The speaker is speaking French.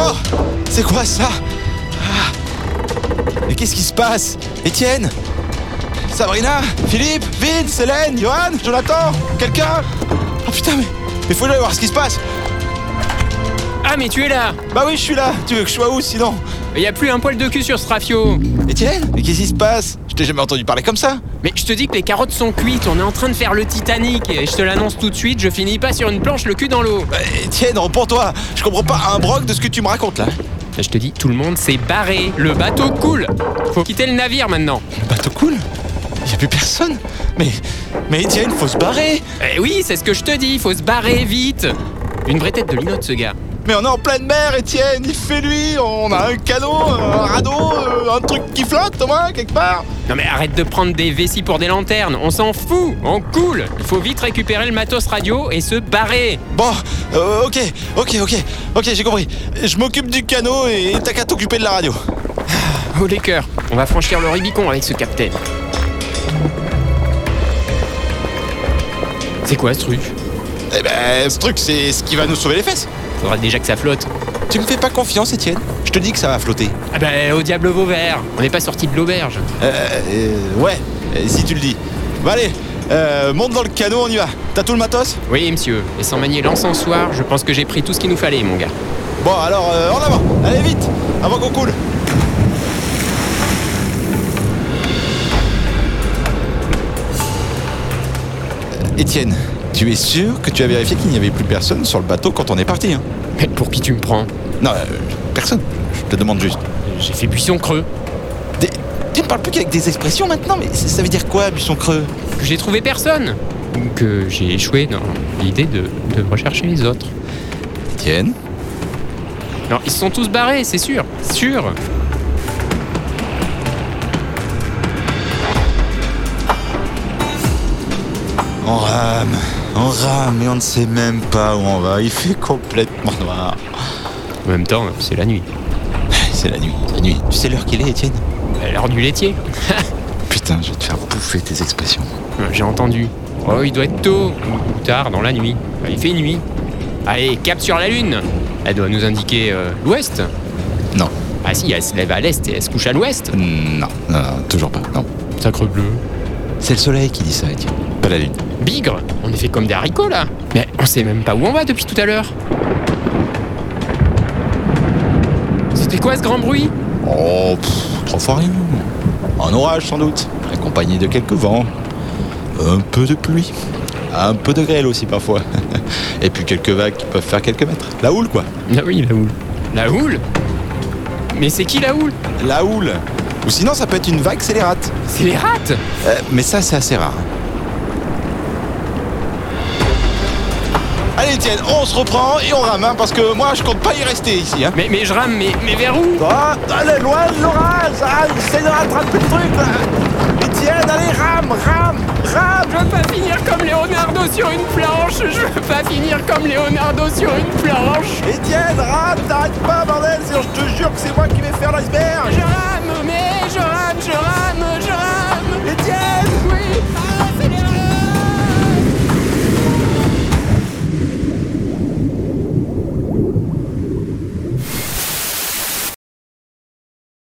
Oh, c'est quoi ça? Mais qu'est-ce qui se passe? Étienne? Sabrina? Philippe? Vince? Hélène? Johan? Jonathan? Quelqu'un? Oh putain, mais faut aller voir ce qui se passe. Ah, mais tu es là! Bah oui, je suis là. Tu veux que je sois où sinon? Y a plus un poil de cul sur ce rafio. Étienne? Mais qu'est-ce qui se passe? Je t'ai jamais entendu parler comme ça. Mais je te dis que les carottes sont cuites, on est en train de faire le Titanic. Et je te l'annonce tout de suite, je finis pas sur une planche le cul dans l'eau. Étienne, reprends-toi. Je comprends pas un broc de ce que tu me racontes là. Je te dis, tout le monde s'est barré. Le bateau coule. Faut quitter le navire maintenant. Le bateau coule? Y a plus personne. Mais Étienne, faut se barrer. Eh oui, c'est ce que je te dis, faut se barrer vite. Une vraie tête de linotte ce gars. Mais on est en pleine mer, Étienne, il fait nuit, on a un canot, un radeau, un truc qui flotte au moins, quelque part. Non mais arrête de prendre des vessies pour des lanternes, on s'en fout, on coule. Il faut vite récupérer le matos radio et se barrer. Bon, ok, j'ai compris. Je m'occupe du canot et t'as qu'à t'occuper de la radio. Oh les cœurs, on va franchir le Rubicon avec ce capitaine. C'est quoi ce truc? Eh ben, ce truc, c'est ce qui va nous sauver les fesses. Faudra déjà que ça flotte. Tu me fais pas confiance, Étienne? Je te dis que ça va flotter. Ah ben, au diable Vauvert, on n'est pas sorti de l'auberge. Ouais, si tu le dis. Bah allez, monte dans le canot, on y va. T'as tout le matos? Oui, monsieur, et sans manier l'encensoir, je pense que j'ai pris tout ce qu'il nous fallait, mon gars. Bon, alors, en avant. Allez, vite, avant qu'on coule. Étienne, tu es sûr que tu as vérifié qu'il n'y avait plus personne sur le bateau quand on est parti, hein? Mais pour qui tu me prends? Non, personne. Je te demande juste. J'ai fait buisson creux. Tu ne parles plus qu'avec des expressions maintenant, mais ça veut dire quoi, buisson creux? Que j'ai trouvé personne. Ou que j'ai échoué dans l'idée de rechercher les autres. Étienne? Non, ils se sont tous barrés, c'est sûr. Sûr. On rame et on ne sait même pas où on va. Il fait complètement noir. En même temps, c'est la nuit. C'est la nuit. Tu sais l'heure qu'il est, Étienne? L'heure du laitier. Putain, je vais te faire bouffer tes expressions. J'ai entendu. Oh, il doit être tôt ou tard dans la nuit. Il fait nuit. Allez, cap sur la lune. Elle doit nous indiquer l'ouest. Non. Ah si, elle se lève à l'est et elle se couche à l'ouest. Non, toujours pas, non. Sacre bleu. C'est le soleil qui dit ça, Étienne, pas la lune. Bigre, on est fait comme des haricots là. Mais on sait même pas où on va depuis tout à l'heure. C'était quoi ce grand bruit? Oh, 3 fois rien. Un orage sans doute, accompagné de quelques vents. Un peu de pluie. Un peu de grêle aussi parfois. Et puis quelques vagues qui peuvent faire quelques mètres. La houle quoi. Ah oui, la houle. La houle? Mais c'est qui la houle? La houle. Ou sinon ça peut être une vague, c'est les rats. C'est les rats? Mais ça c'est assez rare. Allez Étienne, on se reprend et on rame, hein, parce que moi je compte pas y rester ici. Hein. Mais je rame, mais vers où? Allez, loin de l'orage. Essaye de rattraper le truc là. Étienne, allez, rame. Je veux pas finir comme Leonardo sur une planche. Je veux pas finir comme Leonardo sur une planche. Étienne, rame, t'arrêtes pas, bordel. Sinon je te jure que c'est moi qui vais faire l'iceberg. Je rame, mais